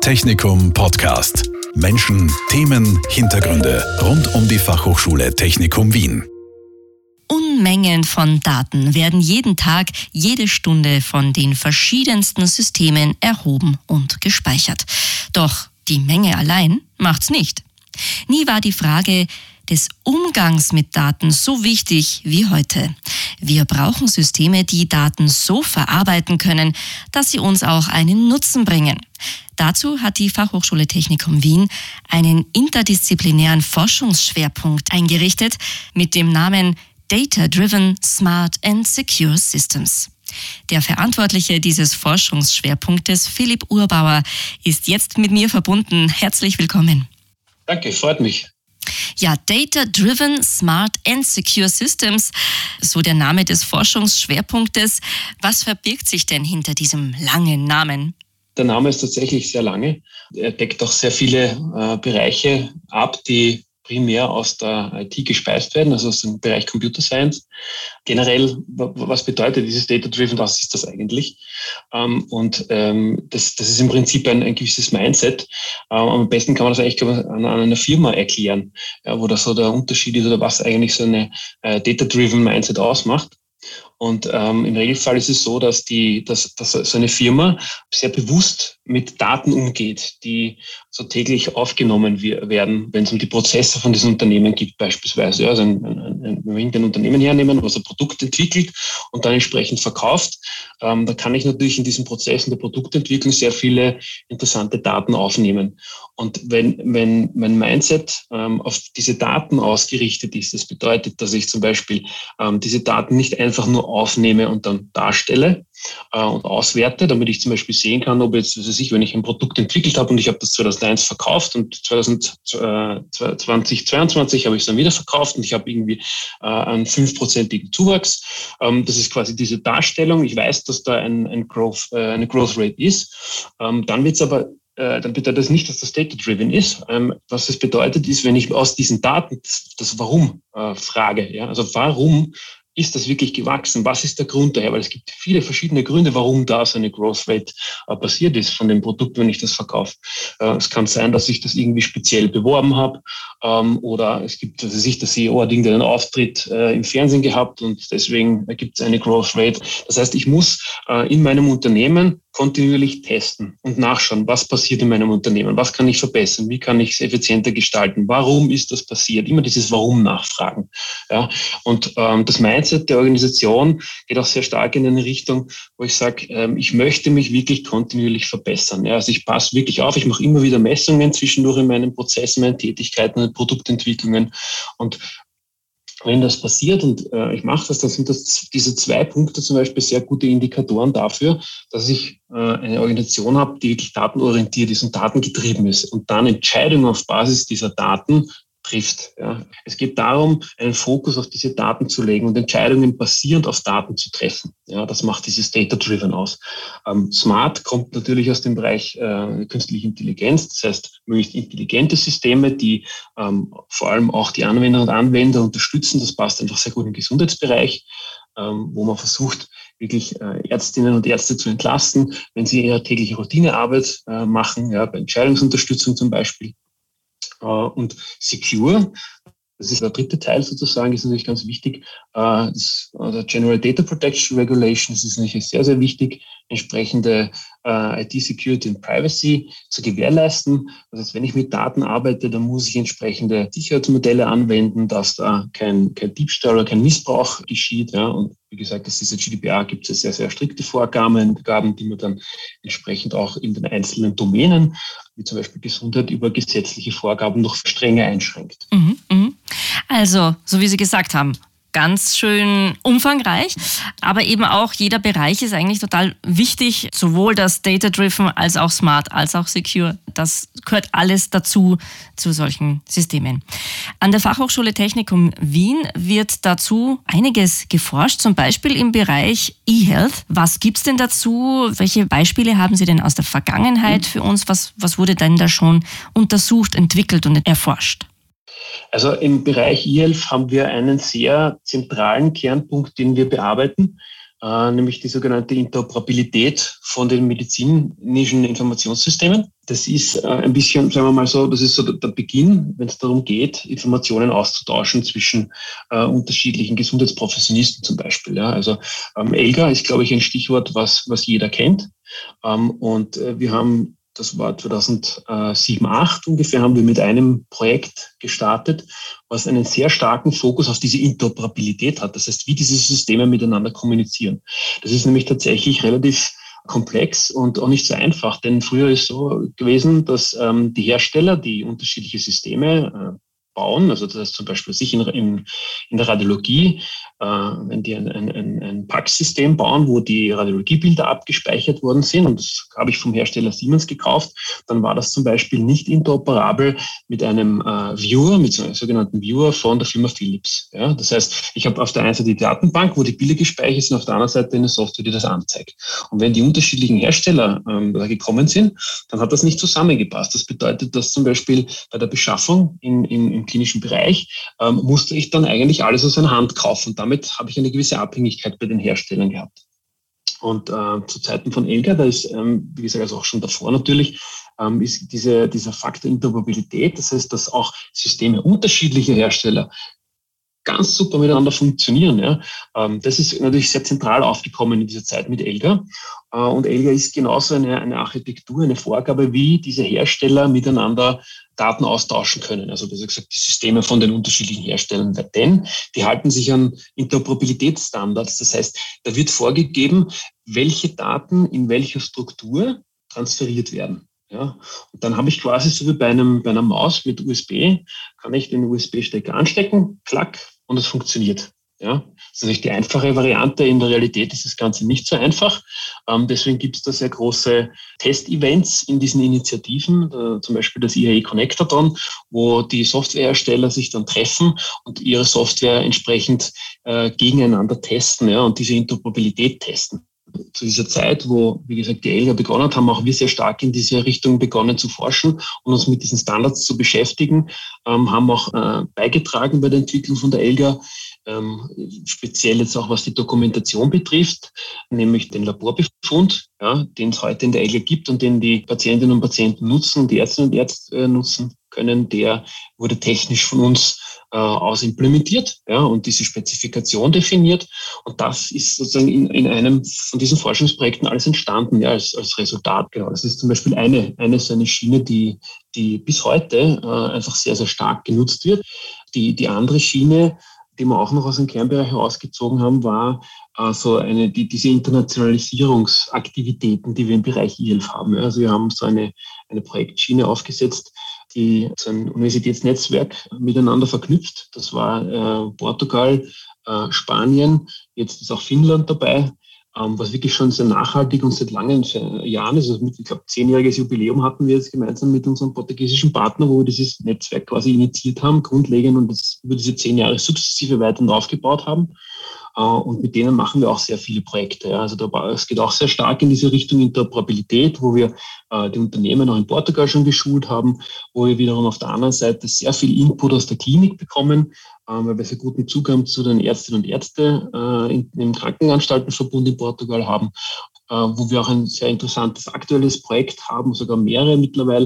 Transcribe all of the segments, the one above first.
Technikum Podcast. Menschen, Themen, Hintergründe rund um die Fachhochschule Technikum Wien. Unmengen von Daten werden jeden Tag, jede Stunde von den verschiedensten Systemen erhoben und gespeichert. Doch die Menge allein macht's nicht. Nie war die Frage des Umgangs mit Daten so wichtig wie heute. Wir brauchen Systeme, die Daten so verarbeiten können, dass sie uns auch einen Nutzen bringen. Dazu hat die Fachhochschule Technikum Wien einen interdisziplinären Forschungsschwerpunkt eingerichtet mit dem Namen Data-Driven, Smart and Secure Systems. Der Verantwortliche dieses Forschungsschwerpunktes, Philipp Urbauer, ist jetzt mit mir verbunden. Herzlich willkommen. Danke, freut mich. Ja, Data-Driven, Smart and Secure Systems, so der Name des Forschungsschwerpunktes. Was verbirgt sich denn hinter diesem langen Namen? Der Name ist tatsächlich sehr lange. Er deckt auch sehr viele Bereiche ab, die primär aus der IT gespeist werden, also aus dem Bereich Computer Science. Generell, was bedeutet dieses Data-Driven, was ist das eigentlich? Das ist im Prinzip ein gewisses Mindset. Am besten kann man das eigentlich an einer Firma erklären, ja, wo das so der Unterschied ist oder was eigentlich so eine Data-Driven Mindset ausmacht. Und im Regelfall ist es so, dass so eine Firma sehr bewusst mit Daten umgeht, die so täglich aufgenommen werden, wenn es um die Prozesse von diesen Unternehmen geht beispielsweise. Also wenn wir ein Unternehmen hernehmen, was ein Produkt entwickelt und dann entsprechend verkauft, da kann ich natürlich in diesen Prozessen der Produktentwicklung sehr viele interessante Daten aufnehmen. Und wenn mein Mindset auf diese Daten ausgerichtet ist, das bedeutet, dass ich zum Beispiel diese Daten nicht einfach nur aufnehme und dann darstelle und auswerte, damit ich zum Beispiel sehen kann, ob jetzt, wenn ich ein Produkt entwickelt habe und ich habe das 2001 verkauft und 2022 habe ich es dann wieder verkauft und ich habe irgendwie einen 5%igen Zuwachs. Das ist quasi diese Darstellung. Ich weiß, dass da eine Growth Rate ist. Dann bedeutet das nicht, dass das Data-Driven ist. Was das bedeutet, ist, wenn ich aus diesen Daten das Warum frage. Ja? Also warum ist das wirklich gewachsen? Was ist der Grund daher? Weil es gibt viele verschiedene Gründe, warum da so eine Growth Rate passiert ist von dem Produkt, wenn ich das verkaufe. Es kann sein, dass ich das irgendwie speziell beworben habe oder es gibt, der CEO hat irgendeinen Auftritt im Fernsehen gehabt und deswegen gibt es eine Growth Rate. Das heißt, ich muss in meinem Unternehmen kontinuierlich testen und nachschauen, was passiert in meinem Unternehmen, was kann ich verbessern, wie kann ich es effizienter gestalten, warum ist das passiert, immer dieses Warum nachfragen. Ja? Und das Mindset der Organisation geht auch sehr stark in eine Richtung, wo ich sage, ich möchte mich wirklich kontinuierlich verbessern. Ja? Also ich passe wirklich auf, ich mache immer wieder Messungen zwischendurch in meinen Prozessen, meinen Tätigkeiten und Produktentwicklungen und wenn das passiert und ich mache das, dann sind das diese 2 Punkte zum Beispiel sehr gute Indikatoren dafür, dass ich eine Organisation habe, die wirklich datenorientiert ist und datengetrieben ist und dann Entscheidungen auf Basis dieser Daten trifft. Ja. Es geht darum, einen Fokus auf diese Daten zu legen und Entscheidungen basierend auf Daten zu treffen. Ja, das macht dieses Data-Driven aus. Smart kommt natürlich aus dem Bereich künstliche Intelligenz, das heißt möglichst intelligente Systeme, die vor allem auch die Anwenderinnen und Anwender unterstützen. Das passt einfach sehr gut im Gesundheitsbereich, wo man versucht, wirklich Ärztinnen und Ärzte zu entlasten, wenn sie ihre tägliche Routinearbeit machen, ja, bei Entscheidungsunterstützung zum Beispiel. Und Secure, das ist der dritte Teil sozusagen, ist natürlich ganz wichtig. Der General Data Protection Regulation, das ist natürlich sehr, sehr wichtig, entsprechende IT-Security und Privacy zu gewährleisten. Das heißt, wenn ich mit Daten arbeite, dann muss ich entsprechende Sicherheitsmodelle anwenden, dass da kein Diebstahl oder kein Missbrauch geschieht. Ja. Und wie gesagt, aus dieser GDPR gibt es sehr, sehr strikte Vorgaben, die man dann entsprechend auch in den einzelnen Domänen, wie zum Beispiel Gesundheit, über gesetzliche Vorgaben noch strenger einschränkt. Also, so wie Sie gesagt haben, ganz schön umfangreich, aber eben auch jeder Bereich ist eigentlich total wichtig, sowohl das Data-Driven als auch Smart, als auch Secure. Das gehört alles dazu, zu solchen Systemen. An der Fachhochschule Technikum Wien wird dazu einiges geforscht, zum Beispiel im Bereich eHealth. Was gibt's denn dazu? Welche Beispiele haben Sie denn aus der Vergangenheit für uns? Was wurde denn da schon untersucht, entwickelt und erforscht? Also im Bereich eHealth haben wir einen sehr zentralen Kernpunkt, den wir bearbeiten. nämlich die sogenannte Interoperabilität von den medizinischen Informationssystemen. Das ist ein bisschen, sagen wir mal so, das ist so der Beginn, wenn es darum geht, Informationen auszutauschen zwischen unterschiedlichen Gesundheitsprofessionisten zum Beispiel. Ja. Also ELGA ist, glaube ich, ein Stichwort, was jeder kennt. Und wir haben, das war 2007, 2008 ungefähr, haben wir mit einem Projekt gestartet, was einen sehr starken Fokus auf diese Interoperabilität hat. Das heißt, wie diese Systeme miteinander kommunizieren. Das ist nämlich tatsächlich relativ komplex und auch nicht so einfach, denn früher ist so gewesen, dass die Hersteller, die unterschiedliche Systeme bauen, also das heißt zum Beispiel sich in der Radiologie, wenn die ein PACS-System bauen, wo die Radiologiebilder abgespeichert worden sind, und das habe ich vom Hersteller Siemens gekauft, dann war das zum Beispiel nicht interoperabel mit einem Viewer, mit so einem sogenannten Viewer von der Firma Philips. Ja? Das heißt, ich habe auf der einen Seite die Datenbank, wo die Bilder gespeichert sind, auf der anderen Seite eine Software, die das anzeigt. Und wenn die unterschiedlichen Hersteller da gekommen sind, dann hat das nicht zusammengepasst. Das bedeutet, dass zum Beispiel bei der Beschaffung im klinischen Bereich musste ich dann eigentlich alles aus einer Hand kaufen. Und damit habe ich eine gewisse Abhängigkeit bei den Herstellern gehabt. Und zu Zeiten von ELGA, da ist, wie gesagt, also auch schon davor natürlich, ist dieser Faktor Interoperabilität, das heißt, dass auch Systeme unterschiedlicher Hersteller ganz super miteinander funktionieren. Ja. Das ist natürlich sehr zentral aufgekommen in dieser Zeit mit ELGA. Und ELGA ist genauso eine Architektur, eine Vorgabe, wie diese Hersteller miteinander Daten austauschen können. Also besser gesagt, die Systeme von den unterschiedlichen Herstellern. Denn die halten sich an Interoperabilitätsstandards. Das heißt, da wird vorgegeben, welche Daten in welcher Struktur transferiert werden. Ja, und dann habe ich quasi so wie bei einer Maus mit USB, kann ich den USB-Stecker anstecken, klack, und es funktioniert. Ja, das ist natürlich die einfache Variante. In der Realität ist das Ganze nicht so einfach. Deswegen gibt es da sehr große Testevents in diesen Initiativen, zum Beispiel das IAE Connectathon, wo die Softwarehersteller sich dann treffen und ihre Software entsprechend gegeneinander testen, ja, und diese Interoperabilität testen. Zu dieser Zeit, wo, wie gesagt, die ELGA begonnen hat, haben auch wir sehr stark in diese Richtung begonnen zu forschen und uns mit diesen Standards zu beschäftigen, haben auch beigetragen bei der Entwicklung von der ELGA, speziell jetzt auch was die Dokumentation betrifft, nämlich den Laborbefund, ja, den es heute in der ELGA gibt und den die Patientinnen und Patienten nutzen, die Ärztinnen und Ärzte nutzen können, der wurde technisch von uns aus implementiert, ja, und diese Spezifikation definiert. Und das ist sozusagen in einem von diesen Forschungsprojekten alles entstanden, ja, als Resultat. Genau. Das ist zum Beispiel so eine Schiene, die bis heute einfach sehr, sehr stark genutzt wird. Die andere Schiene, die wir auch noch aus dem Kernbereich herausgezogen haben, war diese Internationalisierungsaktivitäten, die wir im Bereich E-Health haben. Also wir haben so eine Projektschiene aufgesetzt, die so ein Universitätsnetzwerk miteinander verknüpft. Das war Portugal, Spanien, jetzt ist auch Finnland dabei, was wirklich schon sehr nachhaltig und seit langen Jahren ist. Also ich glaube, 10-jähriges Jubiläum hatten wir jetzt gemeinsam mit unserem portugiesischen Partner, wo wir dieses Netzwerk quasi initiiert haben, grundlegend, und das über diese 10 Jahre sukzessive weiter aufgebaut haben. Und mit denen machen wir auch sehr viele Projekte. Ja. Also es geht auch sehr stark in diese Richtung Interoperabilität, wo wir die Unternehmen auch in Portugal schon geschult haben, wo wir wiederum auf der anderen Seite sehr viel Input aus der Klinik bekommen, weil wir sehr guten Zugang zu den Ärztinnen und Ärzten im Krankenanstaltenverbund in Portugal haben, wo wir auch ein sehr interessantes aktuelles Projekt haben, sogar mehrere mittlerweile,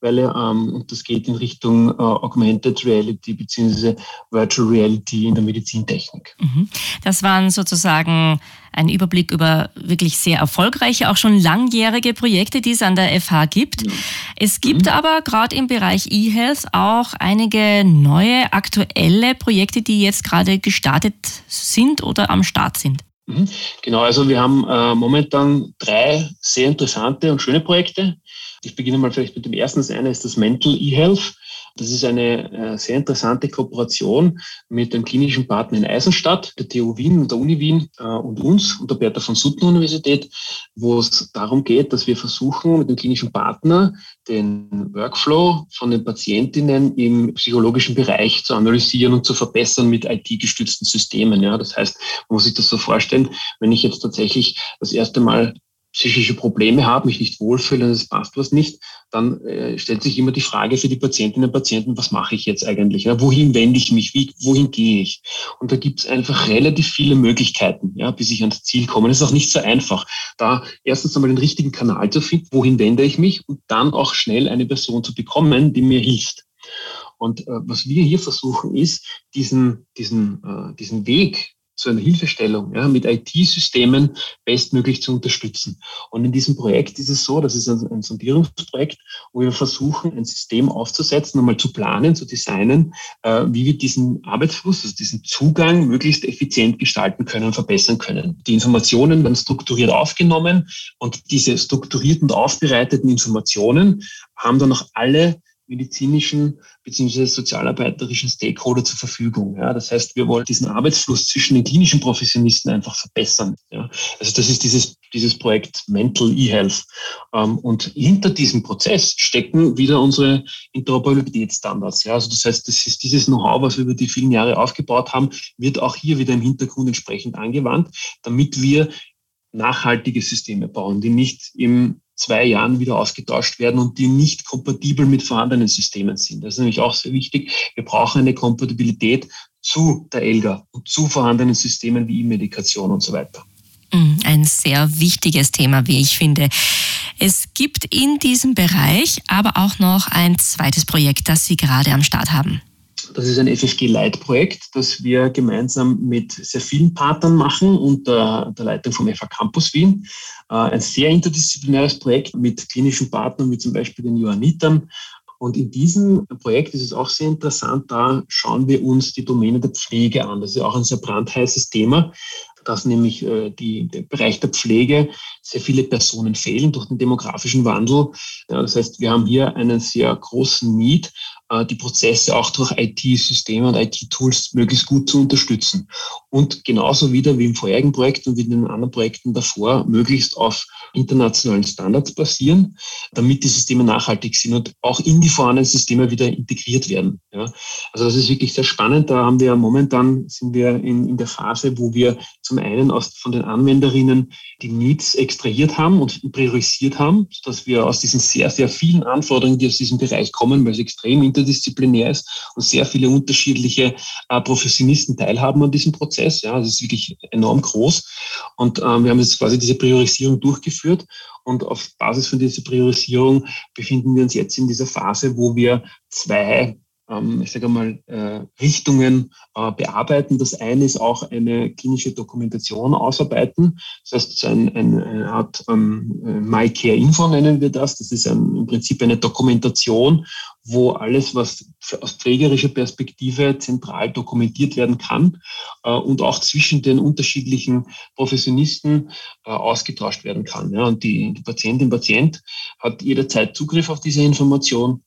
und das geht in Richtung Augmented Reality bzw. Virtual Reality in der Medizintechnik. Das waren sozusagen ein Überblick über wirklich sehr erfolgreiche, auch schon langjährige Projekte, die es an der FH gibt. Ja. Es gibt aber gerade im Bereich E-Health auch einige neue, aktuelle Projekte, die jetzt gerade gestartet sind oder am Start sind. Genau, also wir haben momentan 3 sehr interessante und schöne Projekte. Ich beginne mal vielleicht mit dem ersten. Das eine ist das Mental E-Health. Das ist eine sehr interessante Kooperation mit dem klinischen Partner in Eisenstadt, der TU Wien und der Uni Wien und uns und der Bertha von Suttner Universität, wo es darum geht, dass wir versuchen, mit dem klinischen Partner den Workflow von den Patientinnen im psychologischen Bereich zu analysieren und zu verbessern mit IT-gestützten Systemen. Ja, das heißt, man muss sich das so vorstellen, wenn ich jetzt tatsächlich das erste Mal psychische Probleme habe, mich nicht wohlfühle und es passt was nicht, dann stellt sich immer die Frage für die Patientinnen und Patienten, was mache ich jetzt eigentlich? Ja? Wohin wende ich mich? Wohin gehe ich? Und da gibt es einfach relativ viele Möglichkeiten, ja, bis ich ans Ziel komme. Es ist auch nicht so einfach, da erstens einmal den richtigen Kanal zu finden, wohin wende ich mich und dann auch schnell eine Person zu bekommen, die mir hilft. Und was wir hier versuchen, ist, diesen Weg zu einer Hilfestellung, ja, mit IT-Systemen bestmöglich zu unterstützen. Und in diesem Projekt ist es so, das ist ein Sondierungsprojekt, wo wir versuchen, ein System aufzusetzen, einmal zu planen, zu designen, wie wir diesen Arbeitsfluss, also diesen Zugang möglichst effizient gestalten können und verbessern können. Die Informationen werden strukturiert aufgenommen und diese strukturierten und aufbereiteten Informationen haben dann noch alle medizinischen bzw. sozialarbeiterischen Stakeholder zur Verfügung. Ja, das heißt, wir wollen diesen Arbeitsfluss zwischen den klinischen Professionisten einfach verbessern. Ja, also das ist dieses Projekt Mental eHealth. Und hinter diesem Prozess stecken wieder unsere Interoperabilitätsstandards. Ja, also das heißt, das ist dieses Know-how, was wir über die vielen Jahre aufgebaut haben, wird auch hier wieder im Hintergrund entsprechend angewandt, damit wir nachhaltige Systeme bauen, die nicht im 2 Jahren wieder ausgetauscht werden und die nicht kompatibel mit vorhandenen Systemen sind. Das ist nämlich auch sehr wichtig. Wir brauchen eine Kompatibilität zu der ELGA und zu vorhandenen Systemen wie E-Medikation und so weiter. Ein sehr wichtiges Thema, wie ich finde. Es gibt in diesem Bereich aber auch noch ein zweites Projekt, das Sie gerade am Start haben. Das ist ein FFG-Light-Projekt, das wir gemeinsam mit sehr vielen Partnern machen unter der Leitung vom FH Campus Wien. Ein sehr interdisziplinäres Projekt mit klinischen Partnern wie zum Beispiel den Johannitern. Und in diesem Projekt ist es auch sehr interessant, da schauen wir uns die Domäne der Pflege an. Das ist ja auch ein sehr brandheißes Thema, dass nämlich der Bereich der Pflege sehr viele Personen fehlen durch den demografischen Wandel. Ja, das heißt, wir haben hier einen sehr großen Need, die Prozesse auch durch IT-Systeme und IT-Tools möglichst gut zu unterstützen. Und genauso wieder wie im vorherigen Projekt und wie in den anderen Projekten davor, möglichst auf internationalen Standards basieren, damit die Systeme nachhaltig sind und auch in die vorhandenen Systeme wieder integriert werden. Ja, also das ist wirklich sehr spannend. Da haben wir momentan, sind wir in der Phase, wo wir zum einen von den Anwenderinnen die Needs extrahiert haben und priorisiert haben, sodass wir aus diesen sehr, sehr vielen Anforderungen, die aus diesem Bereich kommen, weil es extrem interdisziplinär ist und sehr viele unterschiedliche Professionisten teilhaben an diesem Prozess. Ja, das ist wirklich enorm groß. Und wir haben jetzt quasi diese Priorisierung durchgeführt. Und auf Basis von dieser Priorisierung befinden wir uns jetzt in dieser Phase, wo wir 2 Richtungen bearbeiten. Das eine ist auch eine klinische Dokumentation ausarbeiten. Das heißt, eine Art MyCare-Info nennen wir das. Das ist im Prinzip eine Dokumentation, wo alles, was aus pflegerischer Perspektive zentral dokumentiert werden kann und auch zwischen den unterschiedlichen Professionisten ausgetauscht werden kann. Ja, und die Patientin, Patient hat jederzeit Zugriff auf diese Information.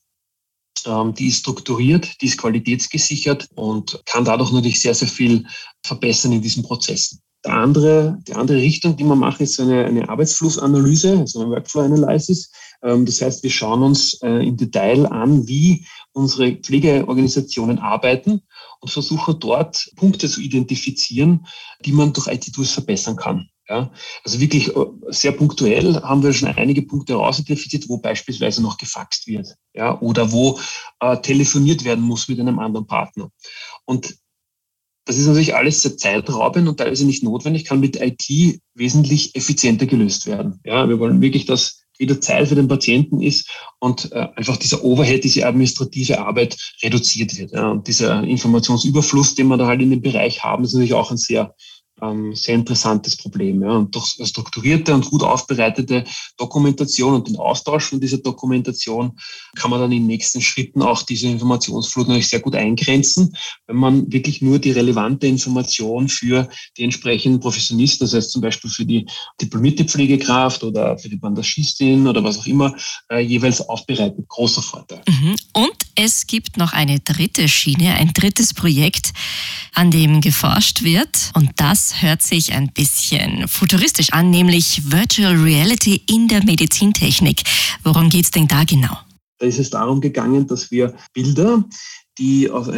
Die ist strukturiert, die ist qualitätsgesichert und kann dadurch natürlich sehr, sehr viel verbessern in diesen Prozessen. Die andere Richtung, die man macht, ist eine Arbeitsflussanalyse, also eine Workflow-Analysis. Das heißt, wir schauen uns im Detail an, wie unsere Pflegeorganisationen arbeiten und versuchen dort Punkte zu identifizieren, die man durch IT-Tools verbessern kann. Ja, also wirklich sehr punktuell haben wir schon einige Punkte herausidentifiziert, wo beispielsweise noch gefaxt wird, ja, oder wo telefoniert werden muss mit einem anderen Partner. Und das ist natürlich alles sehr zeitraubend und teilweise nicht notwendig, kann mit IT wesentlich effizienter gelöst werden. Ja, wir wollen wirklich, dass wieder Zeit für den Patienten ist und einfach dieser Overhead, diese administrative Arbeit reduziert wird. Ja, und dieser Informationsüberfluss, den wir da halt in dem Bereich haben, ist natürlich auch ein sehr interessantes Problem. Ja. Und durch strukturierte und gut aufbereitete Dokumentation und den Austausch von dieser Dokumentation kann man dann in den nächsten Schritten auch diese Informationsflut natürlich sehr gut eingrenzen, wenn man wirklich nur die relevante Information für die entsprechenden Professionisten, das heißt zum Beispiel für die diplomierte Pflegekraft oder für die Bandagistin oder was auch immer, jeweils aufbereitet. Großer Vorteil. Und es gibt noch eine dritte Schiene, ein drittes Projekt, an dem geforscht wird. Und das hört sich ein bisschen futuristisch an, nämlich Virtual Reality in der Medizintechnik. Worum geht es denn da genau? Da ist es darum gegangen, dass wir Bilder, die aus einem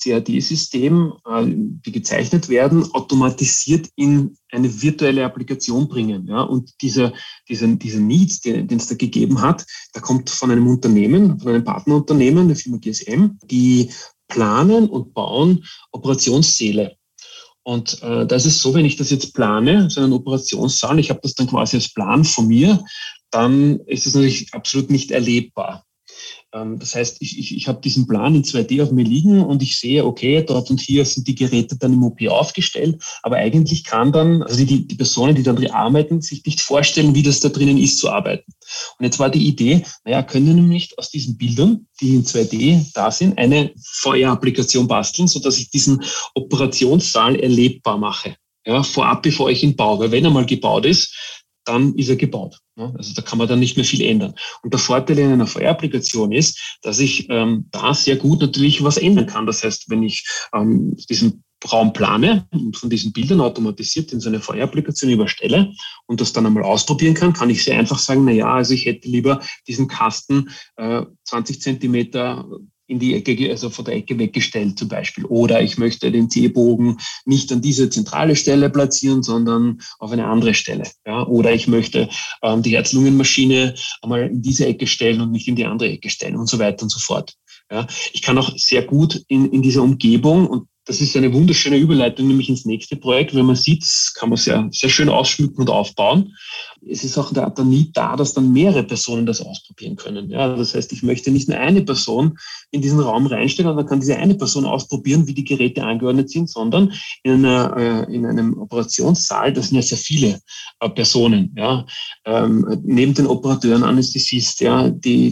CAD-System, die gezeichnet werden, automatisiert in eine virtuelle Applikation bringen. Ja? Und dieser Need, den es da gegeben hat, der kommt von einem Unternehmen, von einem Partnerunternehmen, der Firma GSM, die planen und bauen Operationssäle. Und da ist es so, wenn ich das jetzt plane, so einen Operationssaal, ich habe das dann quasi als Plan von mir, dann ist es natürlich absolut nicht erlebbar. Das heißt, ich habe diesen Plan in 2D auf mir liegen und ich sehe, okay, dort und hier sind die Geräte dann im OP aufgestellt, aber eigentlich kann dann, also die Personen, die da drin arbeiten, sich nicht vorstellen, wie das da drinnen ist zu arbeiten. Und jetzt war die Idee, können wir nämlich aus diesen Bildern, die in 2D da sind, eine VR-Applikation basteln, sodass ich diesen Operationssaal erlebbar mache. Ja, vorab, bevor ich ihn baue. Weil wenn er mal gebaut ist, dann ist er gebaut. Also da kann man dann nicht mehr viel ändern. Und der Vorteil in einer VR-Applikation ist, dass ich da sehr gut natürlich was ändern kann. Das heißt, wenn ich diesen Raum plane und von diesen Bildern automatisiert in so eine VR-Applikation überstelle und das dann einmal ausprobieren kann ich sehr einfach sagen, also ich hätte lieber diesen Kasten 20 Zentimeter in die Ecke, also von der Ecke weggestellt zum Beispiel. Oder ich möchte den C-Bogen nicht an diese zentrale Stelle platzieren, sondern auf eine andere Stelle. Ja? Oder ich möchte die Herz-Lungen-Maschine einmal in diese Ecke stellen und nicht in die andere Ecke stellen und so weiter und so fort. Ja? Ich kann auch sehr gut in dieser Umgebung, und das ist eine wunderschöne Überleitung nämlich ins nächste Projekt, wenn man sieht, das kann man sehr, sehr schön ausschmücken und aufbauen. Es ist auch der Need da, dass dann mehrere Personen das ausprobieren können. Ja, das heißt, ich möchte nicht nur eine Person in diesen Raum reinstellen und dann kann diese eine Person ausprobieren, wie die Geräte angeordnet sind, sondern in einem Operationssaal, das sind ja sehr viele Personen. Ja, neben den Operateuren, Anästhesist, ja,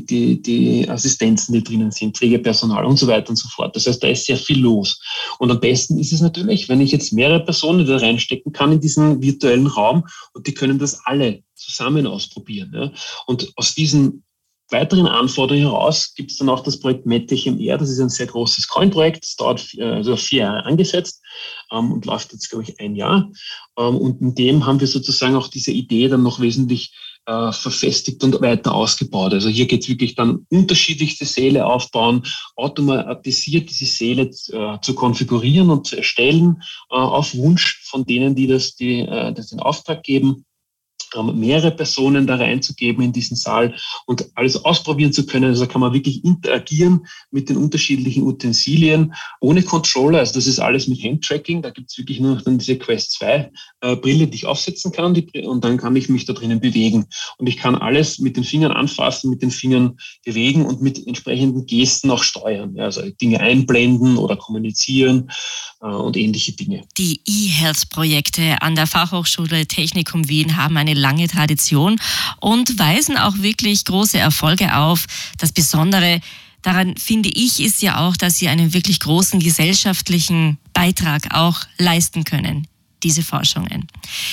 die Assistenzen, die drinnen sind, Pflegepersonal und so weiter und so fort. Das heißt, da ist sehr viel los. Und am besten ist es natürlich, wenn ich jetzt mehrere Personen da reinstecken kann in diesen virtuellen Raum und die können das alle zusammen ausprobieren. Ja. Und aus diesen weiteren Anforderungen heraus gibt es dann auch das Projekt MedTech MR. Das ist ein sehr großes Coin-Projekt. Das dauert 4 Jahre angesetzt und läuft jetzt, glaube ich, 1 Jahr. Und in dem haben wir sozusagen auch diese Idee dann noch wesentlich verfestigt und weiter ausgebaut. Also hier geht es wirklich dann unterschiedlichste Säle aufbauen, automatisiert diese Säle zu konfigurieren und zu erstellen, auf Wunsch von denen, die das den Auftrag geben, mehrere Personen da reinzugeben in diesen Saal und alles ausprobieren zu können. Also da kann man wirklich interagieren mit den unterschiedlichen Utensilien ohne Controller. Also das ist alles mit Handtracking. Da gibt es wirklich nur dann diese Quest 2 Brille, die ich aufsetzen kann und dann kann ich mich da drinnen bewegen. Und ich kann alles mit den Fingern anfassen, mit den Fingern bewegen und mit entsprechenden Gesten auch steuern. Ja, also Dinge einblenden oder kommunizieren und ähnliche Dinge. Die eHealth-Projekte an der Fachhochschule Technikum Wien haben eine lange Tradition und weisen auch wirklich große Erfolge auf. Das Besondere daran, finde ich, ist ja auch, dass sie einen wirklich großen gesellschaftlichen Beitrag auch leisten können, diese Forschungen.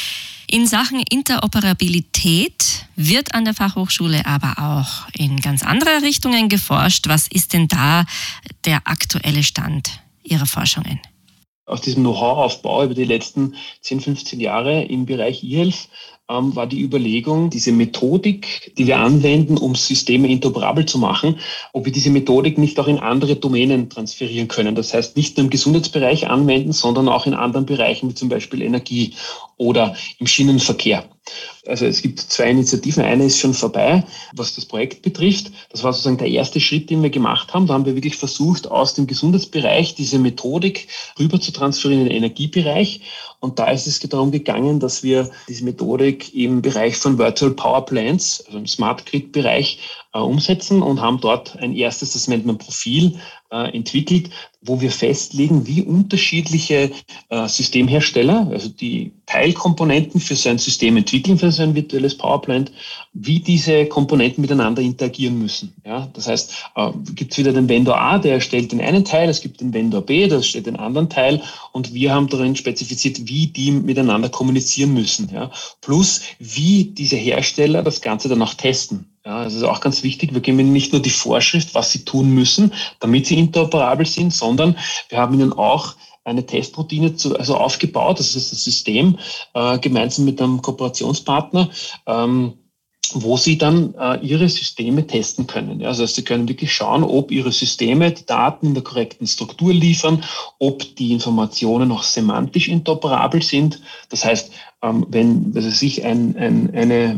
In Sachen Interoperabilität wird an der Fachhochschule aber auch in ganz andere Richtungen geforscht. Was ist denn da der aktuelle Stand Ihrer Forschungen? Aus diesem Know-how-Aufbau über die letzten 10, 15 Jahre im Bereich eHealth war die Überlegung, diese Methodik, die wir anwenden, um Systeme interoperabel zu machen, ob wir diese Methodik nicht auch in andere Domänen transferieren können. Das heißt, nicht nur im Gesundheitsbereich anwenden, sondern auch in anderen Bereichen, wie zum Beispiel Energie oder im Schienenverkehr. Also es gibt 2 Initiativen. Eine ist schon vorbei, was das Projekt betrifft. Das war sozusagen der erste Schritt, den wir gemacht haben. Da haben wir wirklich versucht, aus dem Gesundheitsbereich diese Methodik rüber zu transferieren in den Energiebereich. Und da ist es darum gegangen, dass wir diese Methodik im Bereich von Virtual Power Plants, also im Smart Grid Bereich, umsetzen und haben dort ein erstes, das nennt man Profil, entwickelt, wo wir festlegen, wie unterschiedliche Systemhersteller, also die Teilkomponenten für so ein System entwickeln, für so ein virtuelles Powerplant, wie diese Komponenten miteinander interagieren müssen. Ja, das heißt, gibt es wieder den Vendor A, der erstellt den einen Teil, es gibt den Vendor B, der erstellt den anderen Teil und wir haben darin spezifiziert, wie die miteinander kommunizieren müssen. Ja, plus, wie diese Hersteller das Ganze dann auch testen. Ja, das ist auch ganz wichtig. Wir geben ihnen nicht nur die Vorschrift, was sie tun müssen, damit sie interoperabel sind, sondern wir haben ihnen auch eine Testroutine aufgebaut. Das ist das System gemeinsam mit einem Kooperationspartner, wo sie dann ihre Systeme testen können. Ja, also sie können wirklich schauen, ob ihre Systeme die Daten in der korrekten Struktur liefern, ob die Informationen auch semantisch interoperabel sind. Das heißt, wenn sich eine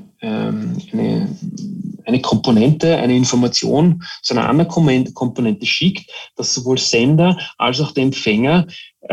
Komponente, eine Information zu einer anderen Komponente schickt, dass sowohl Sender als auch der Empfänger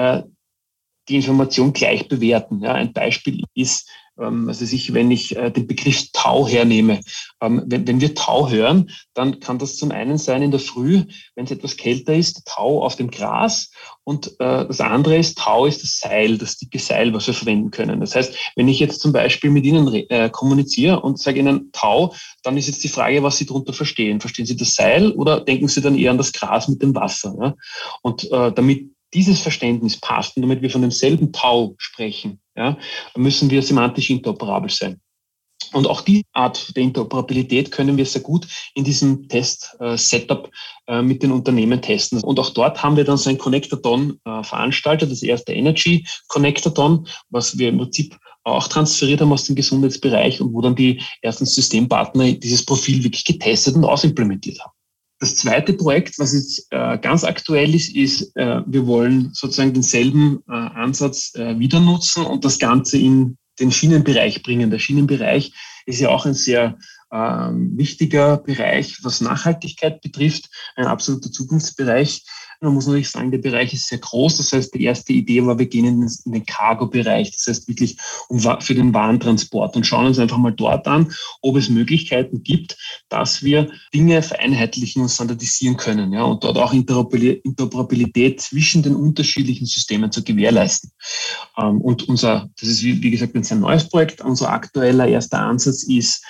die Information gleich bewerten. Ja, ein Beispiel ist, wenn ich den Begriff Tau hernehme. Wenn wir Tau hören, dann kann das zum einen sein in der Früh, wenn es etwas kälter ist, Tau auf dem Gras, und das andere ist, Tau ist das Seil, das dicke Seil, was wir verwenden können. Das heißt, wenn ich jetzt zum Beispiel mit Ihnen kommuniziere und sage Ihnen Tau, dann ist jetzt die Frage, was Sie darunter verstehen. Verstehen Sie das Seil oder denken Sie dann eher an das Gras mit dem Wasser? Ja? Und damit dieses Verständnis passt und damit wir von demselben Tau sprechen, ja, müssen wir semantisch interoperabel sein. Und auch die Art der Interoperabilität können wir sehr gut in diesem Test-Setup mit den Unternehmen testen. Und auch dort haben wir dann so ein Connectathon veranstaltet, das erste Energy Connectathon, was wir im Prinzip auch transferiert haben aus dem Gesundheitsbereich und wo dann die ersten Systempartner dieses Profil wirklich getestet und ausimplementiert haben. Das zweite Projekt, was jetzt ganz aktuell ist, wir wollen sozusagen denselben Ansatz wieder nutzen und das Ganze in den Schienenbereich bringen. Der Schienenbereich ist ja auch ein sehr wichtiger Bereich, was Nachhaltigkeit betrifft, ein absoluter Zukunftsbereich. Man muss natürlich sagen, der Bereich ist sehr groß. Das heißt, die erste Idee war, wir gehen in den Cargo-Bereich. Das heißt wirklich für den Warentransport und schauen uns einfach mal dort an, ob es Möglichkeiten gibt, dass wir Dinge vereinheitlichen und standardisieren können, ja, und dort auch Interoperabilität zwischen den unterschiedlichen Systemen zu gewährleisten. Und das ist wie gesagt ein sehr neues Projekt. Unser aktueller erster Ansatz ist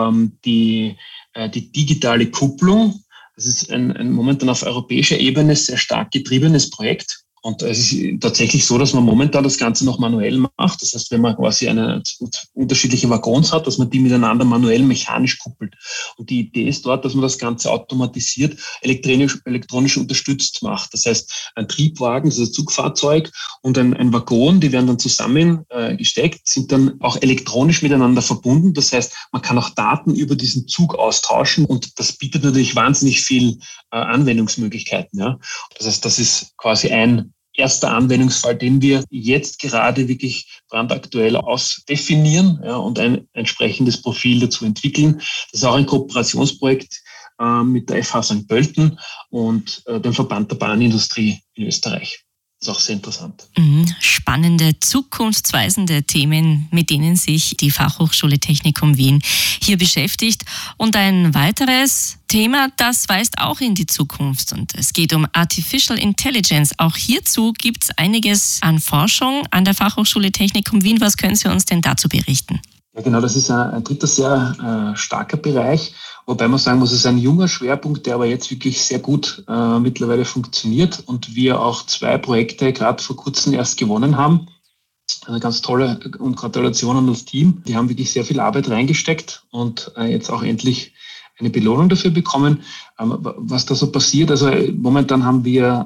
die digitale Kupplung. Das ist ein momentan auf europäischer Ebene sehr stark getriebenes Projekt. Und es ist tatsächlich so, dass man momentan das Ganze noch manuell macht. Das heißt, wenn man quasi unterschiedliche Waggons hat, dass man die miteinander manuell mechanisch kuppelt. Und die Idee ist dort, dass man das Ganze automatisiert, elektronisch unterstützt macht. Das heißt, ein Triebwagen, das ist ein Zugfahrzeug, und ein Waggon, die werden dann zusammengesteckt, sind dann auch elektronisch miteinander verbunden. Das heißt, man kann auch Daten über diesen Zug austauschen und das bietet natürlich wahnsinnig viel Anwendungsmöglichkeiten. Ja. Das heißt, das ist quasi ein erster Anwendungsfall, den wir jetzt gerade wirklich brandaktuell ausdefinieren, ja, und ein entsprechendes Profil dazu entwickeln. Das ist auch ein Kooperationsprojekt mit der FH St. Pölten und dem Verband der Bahnindustrie in Österreich. Das ist auch sehr interessant. Spannende, zukunftsweisende Themen, mit denen sich die Fachhochschule Technikum Wien hier beschäftigt. Und ein weiteres Thema, das weist auch in die Zukunft. Und es geht um Artificial Intelligence. Auch hierzu gibt es einiges an Forschung an der Fachhochschule Technikum Wien. Was können Sie uns denn dazu berichten? Ja, genau, das ist ein dritter sehr starker Bereich, wobei man sagen muss, es ist ein junger Schwerpunkt, der aber jetzt wirklich sehr gut mittlerweile funktioniert und wir auch 2 Projekte gerade vor kurzem erst gewonnen haben. Eine ganz tolle und Gratulation an das Team. Die haben wirklich sehr viel Arbeit reingesteckt und jetzt auch endlich eine Belohnung dafür bekommen. Was da so passiert, also momentan haben wir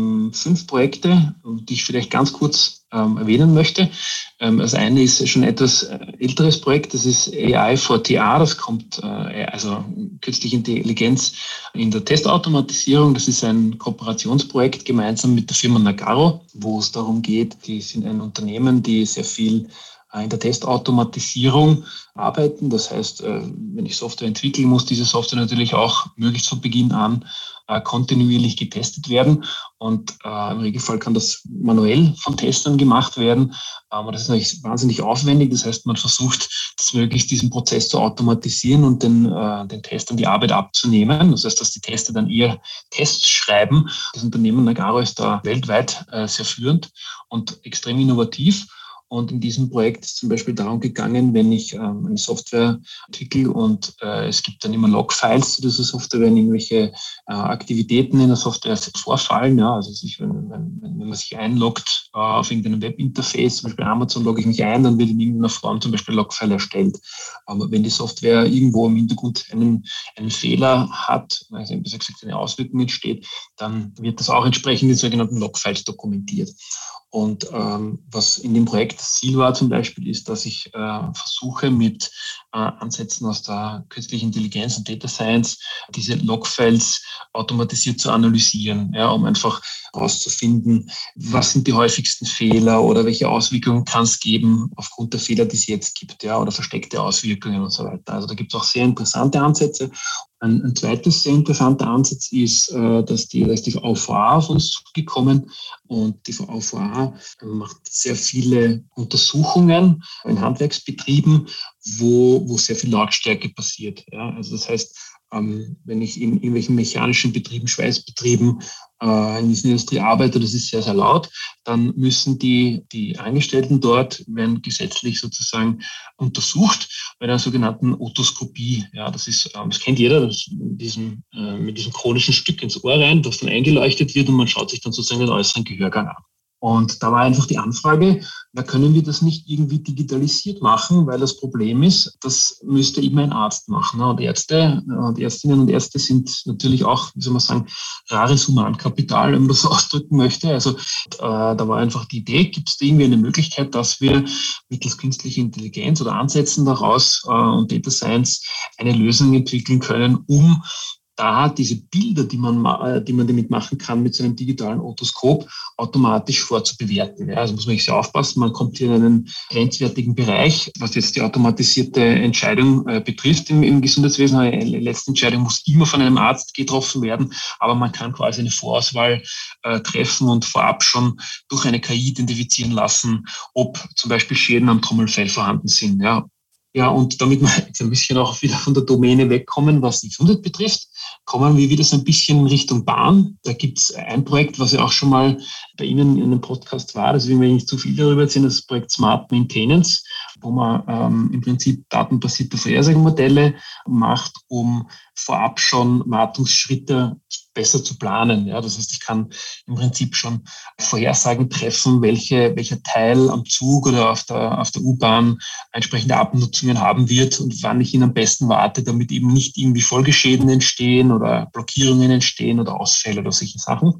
5 Projekte, die ich vielleicht ganz kurz erwähnen möchte. Das eine ist schon ein etwas älteres Projekt, das ist AI for TA, das kommt, also künstliche Intelligenz in der Testautomatisierung. Das ist ein Kooperationsprojekt gemeinsam mit der Firma Nagarro, wo es darum geht, die sind ein Unternehmen, die sehr viel in der Testautomatisierung arbeiten. Das heißt, wenn ich Software entwickle, muss diese Software natürlich auch möglichst von Beginn an kontinuierlich getestet werden. Und im Regelfall kann das manuell von Testern gemacht werden. Aber das ist natürlich wahnsinnig aufwendig. Das heißt, man versucht, das möglichst diesen Prozess zu automatisieren und den Testern die Arbeit abzunehmen. Das heißt, dass die Tester dann eher Tests schreiben. Das Unternehmen Nagarro ist da weltweit sehr führend und extrem innovativ. Und in diesem Projekt ist zum Beispiel darum gegangen, wenn ich eine Software entwickle und es gibt dann immer Logfiles zu dieser Software, wenn irgendwelche Aktivitäten in der Software vorfallen. Ja, also wenn man sich einloggt auf irgendeinem Webinterface, zum Beispiel Amazon, logge ich mich ein, dann wird in irgendeiner Form zum Beispiel ein Logfile erstellt. Aber wenn die Software irgendwo im Hintergrund einen Fehler hat, also besser gesagt eine Auswirkung entsteht, dann wird das auch entsprechend in sogenannten Logfiles dokumentiert. Und was in dem Projekt das Ziel war zum Beispiel, ist, dass ich versuche, mit Ansätzen aus der künstlichen Intelligenz und Data Science diese Logfiles automatisiert zu analysieren, ja, um einfach herauszufinden, was sind die häufigsten Fehler oder welche Auswirkungen kann es geben aufgrund der Fehler, die es jetzt gibt, ja, oder versteckte Auswirkungen und so weiter. Also da gibt es auch sehr interessante Ansätze. Ein zweites sehr interessanter Ansatz ist, dass die VVA auf uns zugekommen, und die VVA macht sehr viele Untersuchungen in Handwerksbetrieben, wo sehr viel Lautstärke passiert. Ja? Also das heißt, wenn ich in irgendwelchen mechanischen Betrieben, Schweißbetrieben in dieser Industrie arbeite, das ist sehr, sehr laut, dann müssen die Angestellten dort, werden gesetzlich sozusagen untersucht bei einer sogenannten Otoskopie. Ja, das kennt jeder, mit diesem chronischen Stück ins Ohr rein, das dann eingeleuchtet wird und man schaut sich dann sozusagen den äußeren Gehörgang an. Und da war einfach die Anfrage, können wir das nicht irgendwie digitalisiert machen, weil das Problem ist, das müsste immer ein Arzt machen. Und Ärztinnen und Ärzte sind natürlich auch, wie soll man sagen, rares Humankapital, wenn man das so ausdrücken möchte. Also da war einfach die Idee, gibt es da irgendwie eine Möglichkeit, dass wir mittels künstlicher Intelligenz oder Ansätzen daraus und Data Science eine Lösung entwickeln können, um da diese Bilder, die man damit machen kann mit so einem digitalen Otoskop, automatisch vorzubewerten. Ja, also muss man sehr aufpassen, man kommt hier in einen grenzwertigen Bereich, was jetzt die automatisierte Entscheidung betrifft im Gesundheitswesen. Die letzte Entscheidung muss immer von einem Arzt getroffen werden, aber man kann quasi eine Vorauswahl treffen und vorab schon durch eine KI identifizieren lassen, ob zum Beispiel Schäden am Trommelfell vorhanden sind. Ja, und damit wir jetzt ein bisschen auch wieder von der Domäne wegkommen, was die Gesundheit betrifft, kommen wir wieder so ein bisschen in Richtung Bahn. Da gibt es ein Projekt, was ja auch schon mal bei Ihnen in einem Podcast war, das will ich nicht zu viel darüber erzählen, das Projekt Smart Maintenance, wo man im Prinzip datenbasierte Vorhersagemodelle macht, um vorab schon Wartungsschritte besser zu planen. Ja, das heißt, ich kann im Prinzip schon Vorhersagen treffen, welcher Teil am Zug oder auf der U-Bahn entsprechende Abnutzungen haben wird und wann ich ihn am besten warte, damit eben nicht irgendwie Folgeschäden entstehen oder Blockierungen entstehen oder Ausfälle oder solche Sachen.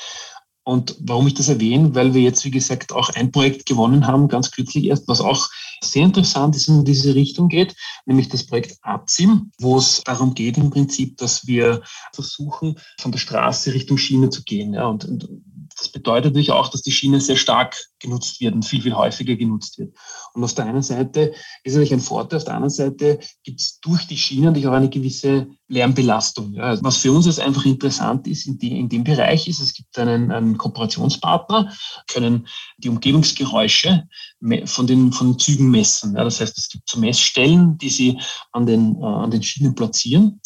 Und warum ich das erwähne, weil wir jetzt, wie gesagt, auch ein Projekt gewonnen haben, ganz kürzlich erst, was auch sehr interessant ist und in diese Richtung geht, nämlich das Projekt AZIM, wo es darum geht im Prinzip, dass wir versuchen, von der Straße Richtung Schiene zu gehen. Ja, und das bedeutet natürlich auch, dass die Schiene sehr stark genutzt wird und viel, viel häufiger genutzt wird. Und auf der einen Seite ist natürlich ein Vorteil, auf der anderen Seite gibt es durch die Schiene natürlich auch eine gewisse Lärmbelastung. Ja, was für uns jetzt einfach interessant ist in dem Bereich ist, es gibt einen Kooperationspartner, können die Umgebungsgeräusche von den Zügen messen. Ja, das heißt, es gibt so Messstellen, die sie an den Schienen platzieren,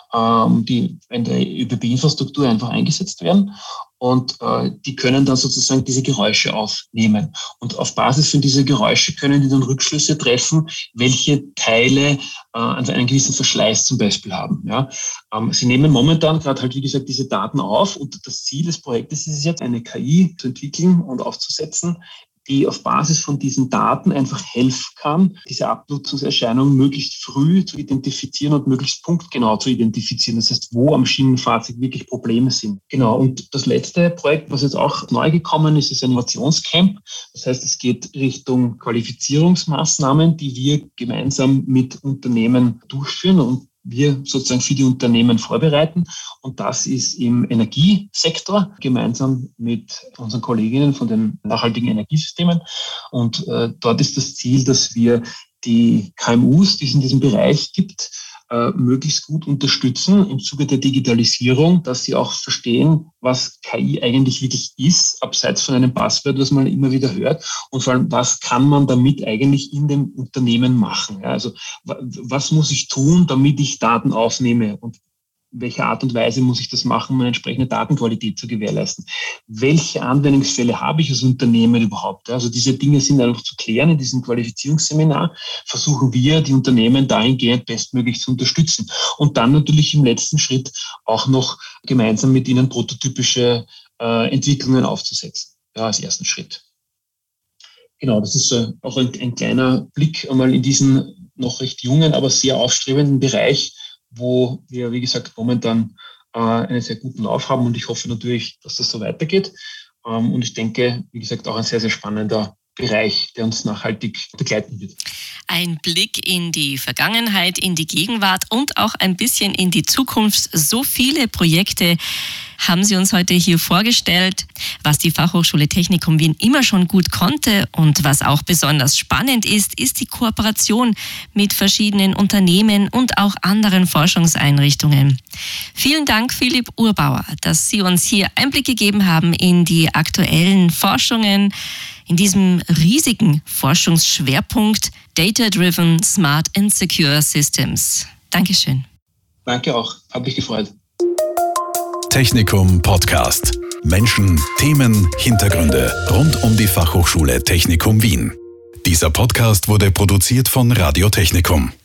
die in der ÖBB-Infrastruktur einfach eingesetzt werden. Und die können dann sozusagen diese Geräusche aufnehmen. Und auf Basis von dieser Geräusche können die dann Rückschlüsse treffen, welche Teile einen gewissen Verschleiß zum Beispiel haben. Ja. Sie nehmen momentan gerade halt, wie gesagt, diese Daten auf. Und das Ziel des Projektes ist es jetzt, eine KI zu entwickeln und aufzusetzen, die auf Basis von diesen Daten einfach helfen kann, diese Abnutzungserscheinungen möglichst früh zu identifizieren und möglichst punktgenau zu identifizieren. Das heißt, wo am Schienenfahrzeug wirklich Probleme sind. Genau. Und das letzte Projekt, was jetzt auch neu gekommen ist, ist ein Innovationscamp. Das heißt, es geht Richtung Qualifizierungsmaßnahmen, die wir gemeinsam mit Unternehmen durchführen und wir sozusagen für die Unternehmen vorbereiten. Und das ist im Energiesektor gemeinsam mit unseren Kolleginnen von den nachhaltigen Energiesystemen. Und dort ist das Ziel, dass wir die KMUs, die es in diesem Bereich gibt, möglichst gut unterstützen im Zuge der Digitalisierung, dass sie auch verstehen, was KI eigentlich wirklich ist, abseits von einem Passwort, was man immer wieder hört, und vor allem, was kann man damit eigentlich in dem Unternehmen machen. Ja, also was muss ich tun, damit ich Daten aufnehme und in welcher Art und Weise muss ich das machen, um eine entsprechende Datenqualität zu gewährleisten? Welche Anwendungsfälle habe ich als Unternehmen überhaupt? Also diese Dinge sind einfach zu klären. In diesem Qualifizierungsseminar versuchen wir, die Unternehmen dahingehend bestmöglich zu unterstützen. Und dann natürlich im letzten Schritt auch noch gemeinsam mit ihnen prototypische Entwicklungen aufzusetzen. Ja, als ersten Schritt. Genau, das ist auch ein kleiner Blick einmal in diesen noch recht jungen, aber sehr aufstrebenden Bereich, wo wir, wie gesagt, momentan einen sehr guten Lauf haben, und ich hoffe natürlich, dass das so weitergeht. Und ich denke, wie gesagt, auch ein sehr, sehr spannender Bereich, der uns nachhaltig begleiten wird. Ein Blick in die Vergangenheit, in die Gegenwart und auch ein bisschen in die Zukunft. So viele Projekte haben Sie uns heute hier vorgestellt, was die Fachhochschule Technikum Wien immer schon gut konnte und was auch besonders spannend ist die Kooperation mit verschiedenen Unternehmen und auch anderen Forschungseinrichtungen. Vielen Dank, Philipp Urbauer, dass Sie uns hier Einblick gegeben haben in die aktuellen Forschungen, in diesem riesigen Forschungsschwerpunkt Data-Driven Smart and Secure Systems. Dankeschön. Danke auch, habe mich gefreut. Technikum Podcast. Menschen, Themen, Hintergründe rund um die Fachhochschule Technikum Wien. Dieser Podcast wurde produziert von Radio Technikum.